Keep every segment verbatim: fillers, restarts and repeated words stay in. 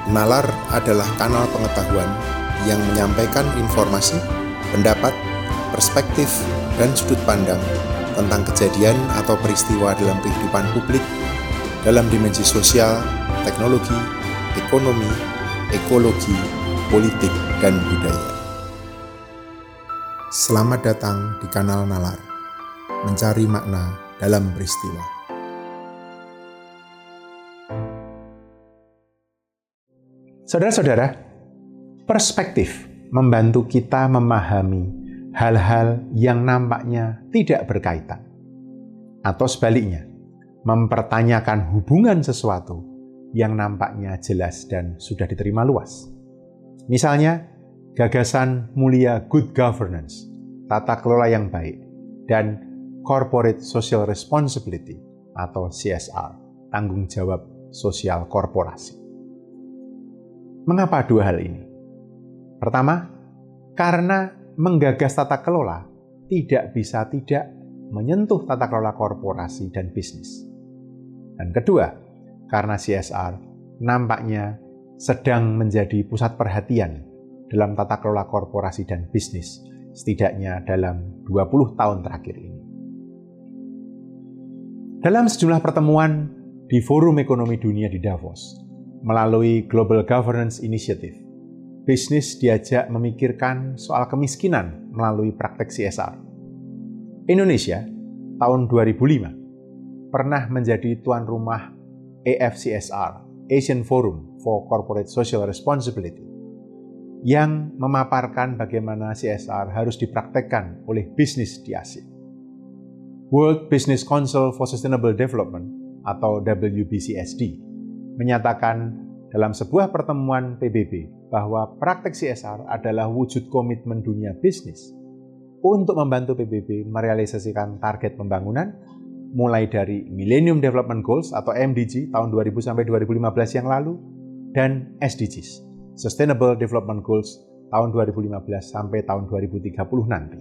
Nalar adalah kanal pengetahuan yang menyampaikan informasi, pendapat, perspektif, dan sudut pandang tentang kejadian atau peristiwa dalam kehidupan publik, dalam dimensi sosial, teknologi, ekonomi, ekologi, politik, dan budaya. Selamat datang di kanal Nalar, mencari makna dalam peristiwa. Saudara-saudara, perspektif membantu kita memahami hal-hal yang nampaknya tidak berkaitan. Atau sebaliknya, mempertanyakan hubungan sesuatu yang nampaknya jelas dan sudah diterima luas. Misalnya, gagasan mulia good governance, tata kelola yang baik, dan corporate social responsibility atau C S R, tanggung jawab sosial korporasi. Mengapa dua hal ini? Pertama, karena menggagas tata kelola tidak bisa tidak menyentuh tata kelola korporasi dan bisnis. Dan kedua, karena C S R nampaknya sedang menjadi pusat perhatian dalam tata kelola korporasi dan bisnis, setidaknya dalam dua puluh tahun terakhir ini. Dalam sejumlah pertemuan di Forum Ekonomi Dunia di Davos, melalui Global Governance Initiative, bisnis diajak memikirkan soal kemiskinan melalui praktek C S R. Indonesia, tahun dua ribu lima, pernah menjadi tuan rumah A F C S R, Asian Forum for Corporate Social Responsibility, yang memaparkan bagaimana C S R harus dipraktekkan oleh bisnis di Asia. World Business Council for Sustainable Development atau W B C S D menyatakan dalam sebuah pertemuan P B B bahwa praktek C S R adalah wujud komitmen dunia bisnis untuk membantu P B B merealisasikan target pembangunan mulai dari Millennium Development Goals atau M D G tahun dua ribu sampai dua ribu lima belas yang lalu dan S D Gs, Sustainable Development Goals tahun dua ribu lima belas sampai tahun dua ribu tiga puluh nanti.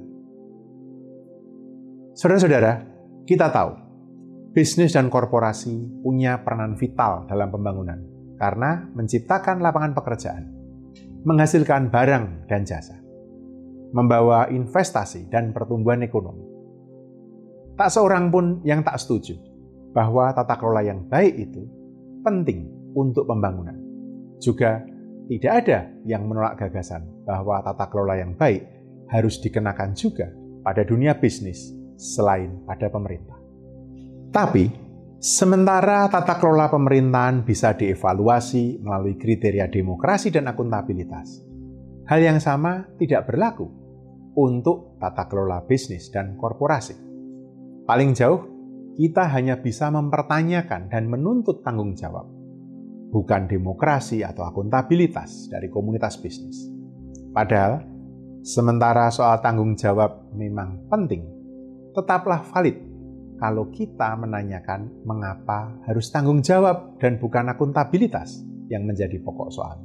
Saudara-saudara, kita tahu bisnis dan korporasi punya peranan vital dalam pembangunan karena menciptakan lapangan pekerjaan, menghasilkan barang dan jasa, membawa investasi dan pertumbuhan ekonomi. Tak seorang pun yang tak setuju bahwa tata kelola yang baik itu penting untuk pembangunan. Juga tidak ada yang menolak gagasan bahwa tata kelola yang baik harus dikenakan juga pada dunia bisnis selain pada pemerintah. Tapi, sementara tata kelola pemerintahan bisa dievaluasi melalui kriteria demokrasi dan akuntabilitas, hal yang sama tidak berlaku untuk tata kelola bisnis dan korporasi. Paling jauh, kita hanya bisa mempertanyakan dan menuntut tanggung jawab, bukan demokrasi atau akuntabilitas dari komunitas bisnis. Padahal, sementara soal tanggung jawab memang penting, tetaplah valid kalau kita menanyakan mengapa harus tanggung jawab dan bukan akuntabilitas yang menjadi pokok soalnya.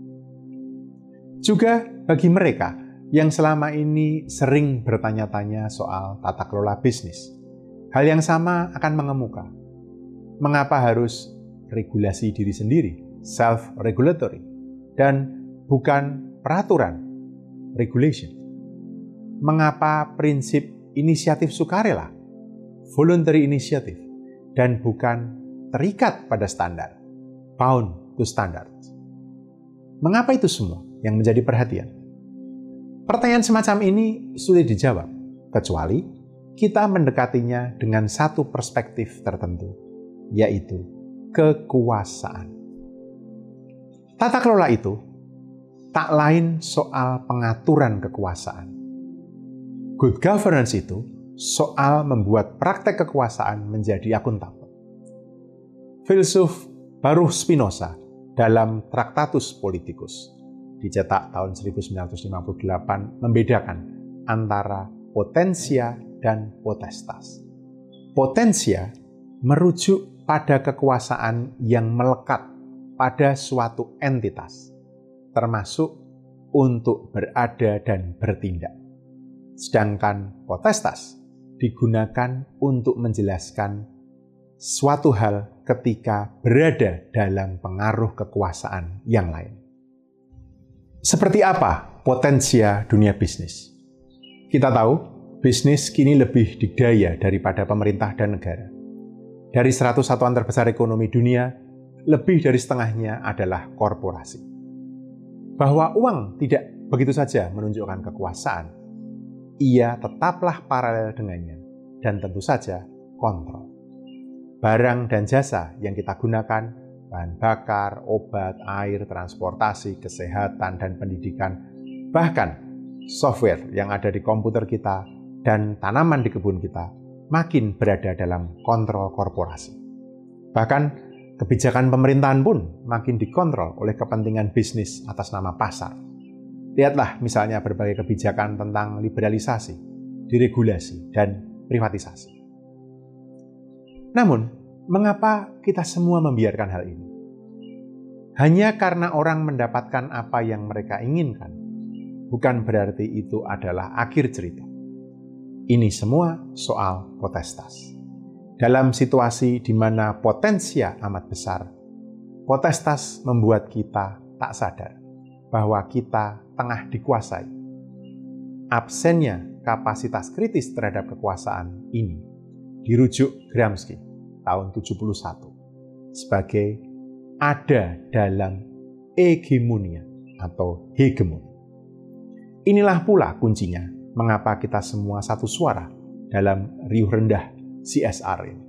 Juga bagi mereka yang selama ini sering bertanya-tanya soal tata kelola bisnis, hal yang sama akan mengemuka. Mengapa harus regulasi diri sendiri, self-regulatory, dan bukan peraturan, regulation? Mengapa prinsip inisiatif sukarela, voluntary initiative, dan bukan terikat pada standar, bound to standards? Mengapa itu semua yang menjadi perhatian? Pertanyaan semacam ini sulit dijawab, kecuali kita mendekatinya dengan satu perspektif tertentu, yaitu kekuasaan. Tata kelola itu tak lain soal pengaturan kekuasaan. Good governance itu soal membuat praktek kekuasaan menjadi akuntabel. Filsuf Baruch Spinoza dalam Tractatus Politicus, dicetak tahun seribu sembilan ratus lima puluh delapan, membedakan antara potentia dan potestas. Potentia merujuk pada kekuasaan yang melekat pada suatu entitas, termasuk untuk berada dan bertindak. Sedangkan potestas digunakan untuk menjelaskan suatu hal ketika berada dalam pengaruh kekuasaan yang lain. Seperti apa potensia dunia bisnis? Kita tahu, bisnis kini lebih didaya daripada pemerintah dan negara. Dari seratus satuan terbesar ekonomi dunia, lebih dari setengahnya adalah korporasi. Bahwa uang tidak begitu saja menunjukkan kekuasaan, ia tetaplah paralel dengannya dan tentu saja kontrol. Barang dan jasa yang kita gunakan, bahan bakar, obat, air, transportasi, kesehatan, dan pendidikan, bahkan software yang ada di komputer kita dan tanaman di kebun kita, makin berada dalam kontrol korporasi. Bahkan kebijakan pemerintahan pun makin dikontrol oleh kepentingan bisnis atas nama pasar. Lihatlah misalnya berbagai kebijakan tentang liberalisasi, diregulasi, dan privatisasi. Namun, mengapa kita semua membiarkan hal ini? Hanya karena orang mendapatkan apa yang mereka inginkan, bukan berarti itu adalah akhir cerita. Ini semua soal potestas. Dalam situasi di mana potensia amat besar, potestas membuat kita tak sadar bahwa kita tengah dikuasai. Absennya kapasitas kritis terhadap kekuasaan ini dirujuk Gramsci tahun tujuh puluh satu sebagai ada dalam hegemonia atau hegemon. Inilah pula kuncinya mengapa kita semua satu suara dalam riuh rendah C S R ini.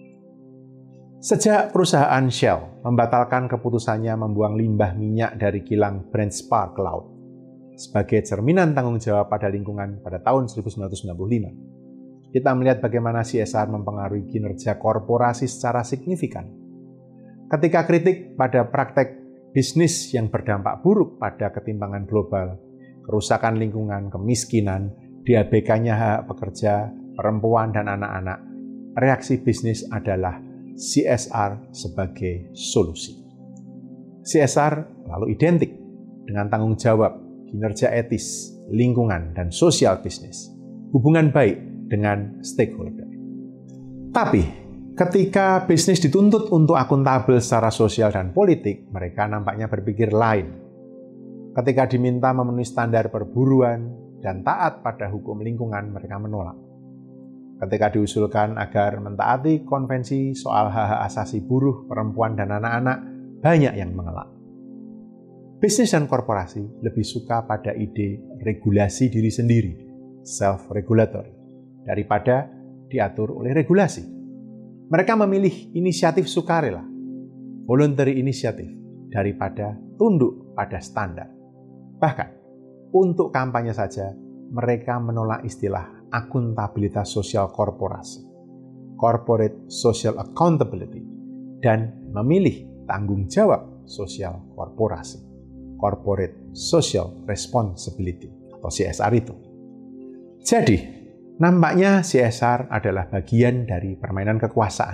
Sejak perusahaan Shell membatalkan keputusannya membuang limbah minyak dari kilang Brent Spar ke laut sebagai cerminan tanggung jawab pada lingkungan pada tahun seribu sembilan ratus sembilan puluh lima, kita melihat bagaimana C S R mempengaruhi kinerja korporasi secara signifikan. Ketika kritik pada praktek bisnis yang berdampak buruk pada ketimpangan global, kerusakan lingkungan, kemiskinan, diabaikannya hak pekerja, perempuan, dan anak-anak, reaksi bisnis adalah C S R sebagai solusi. C S R lalu identik dengan tanggung jawab, kinerja etis, lingkungan, dan sosial bisnis, hubungan baik dengan stakeholder. Tapi, ketika bisnis dituntut untuk akuntabel secara sosial dan politik, mereka nampaknya berpikir lain. Ketika diminta memenuhi standar perburuan dan taat pada hukum lingkungan, mereka menolak. Ketika diusulkan agar mentaati konvensi soal hak-hak asasi buruh, perempuan, dan anak-anak, banyak yang mengelak. Bisnis dan korporasi lebih suka pada ide regulasi diri sendiri, self-regulatory, daripada diatur oleh regulasi. Mereka memilih inisiatif sukarela, voluntary initiative, daripada tunduk pada standar. Bahkan, untuk kampanye saja, mereka menolak istilah akuntabilitas sosial korporasi, corporate social accountability, dan memilih tanggung jawab sosial korporasi, corporate social responsibility, atau C S R itu. Jadi, nampaknya C S R adalah bagian dari permainan kekuasaan.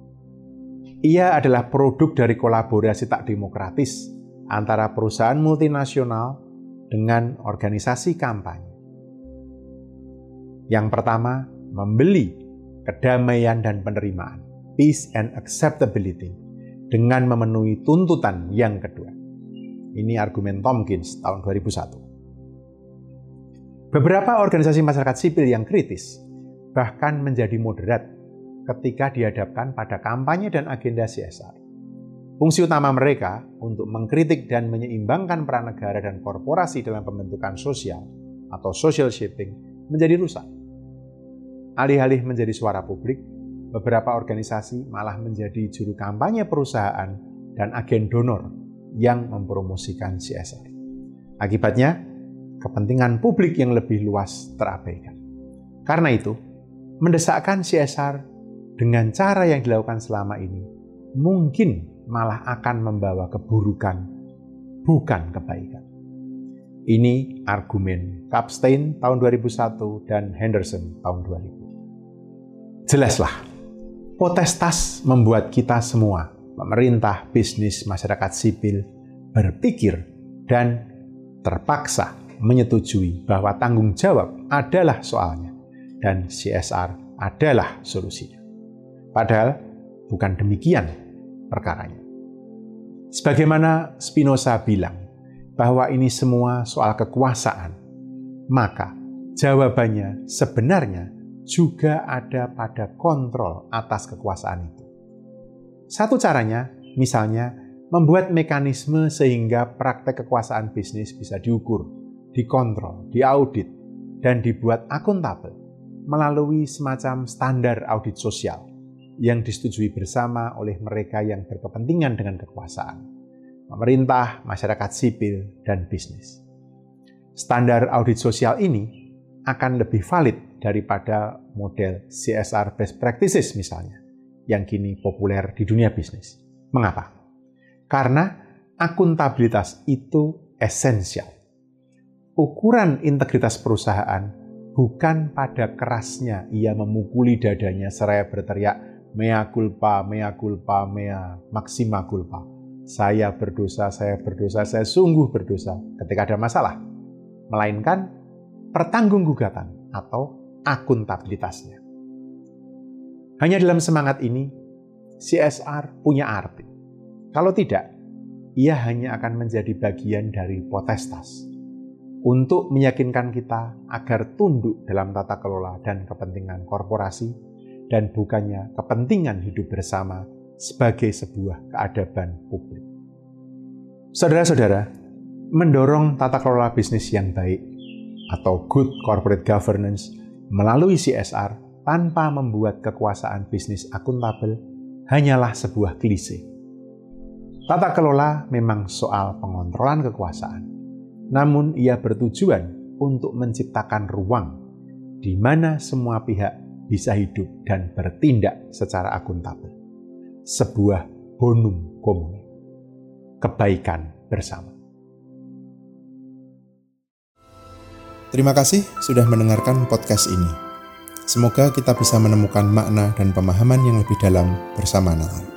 Ia adalah produk dari kolaborasi tak demokratis antara perusahaan multinasional dengan organisasi kampanye. Yang pertama, membeli kedamaian dan penerimaan, peace and acceptability, dengan memenuhi tuntutan yang kedua. Ini argumen Tompkins tahun dua ribu satu. Beberapa organisasi masyarakat sipil yang kritis bahkan menjadi moderat ketika dihadapkan pada kampanye dan agenda C S R. Fungsi utama mereka untuk mengkritik dan menyeimbangkan peran negara dan korporasi dalam pembentukan sosial atau social shaping menjadi rusak. Alih-alih menjadi suara publik, beberapa organisasi malah menjadi juru kampanye perusahaan dan agen donor yang mempromosikan C S R. Akibatnya, kepentingan publik yang lebih luas terabaikan. Karena itu, mendesakkan C S R dengan cara yang dilakukan selama ini mungkin malah akan membawa keburukan, bukan kebaikan. Ini argumen Kapstein tahun dua ribu satu dan Henderson tahun dua ribu. Jelaslah, potestas membuat kita semua, pemerintah, bisnis, masyarakat sipil, berpikir dan terpaksa menyetujui bahwa tanggung jawab adalah soalnya dan C S R adalah solusinya. Padahal bukan demikian perkaranya. Sebagaimana Spinoza bilang bahwa ini semua soal kekuasaan, maka jawabannya sebenarnya juga ada pada kontrol atas kekuasaan itu. Satu caranya, misalnya, membuat mekanisme sehingga praktek kekuasaan bisnis bisa diukur, dikontrol, diaudit, dan dibuat akuntabel melalui semacam standar audit sosial yang disetujui bersama oleh mereka yang berkepentingan dengan kekuasaan, pemerintah, masyarakat sipil, dan bisnis. Standar audit sosial ini akan lebih valid daripada model C S R best practices misalnya, yang kini populer di dunia bisnis. Mengapa? Karena akuntabilitas itu esensial. Ukuran integritas perusahaan bukan pada kerasnya ia memukuli dadanya seraya berteriak, mea culpa, mea culpa, mea maxima culpa. Saya berdosa, saya berdosa, saya sungguh berdosa ketika ada masalah. Melainkan pertanggunggugatan atau akuntabilitasnya. Hanya dalam semangat ini, C S R punya arti. Kalau tidak, ia hanya akan menjadi bagian dari potestas untuk meyakinkan kita agar tunduk dalam tata kelola dan kepentingan korporasi dan bukannya kepentingan hidup bersama sebagai sebuah keadaban publik. Saudara-saudara, mendorong tata kelola bisnis yang baik atau good corporate governance melalui C S R tanpa membuat kekuasaan bisnis akuntabel hanyalah sebuah klise. Tata kelola memang soal pengontrolan kekuasaan, namun ia bertujuan untuk menciptakan ruang di mana semua pihak bisa hidup dan bertindak secara akuntabel. Sebuah bonum comune, kebaikan bersama. Terima kasih sudah mendengarkan podcast ini. Semoga kita bisa menemukan makna dan pemahaman yang lebih dalam bersama Natal.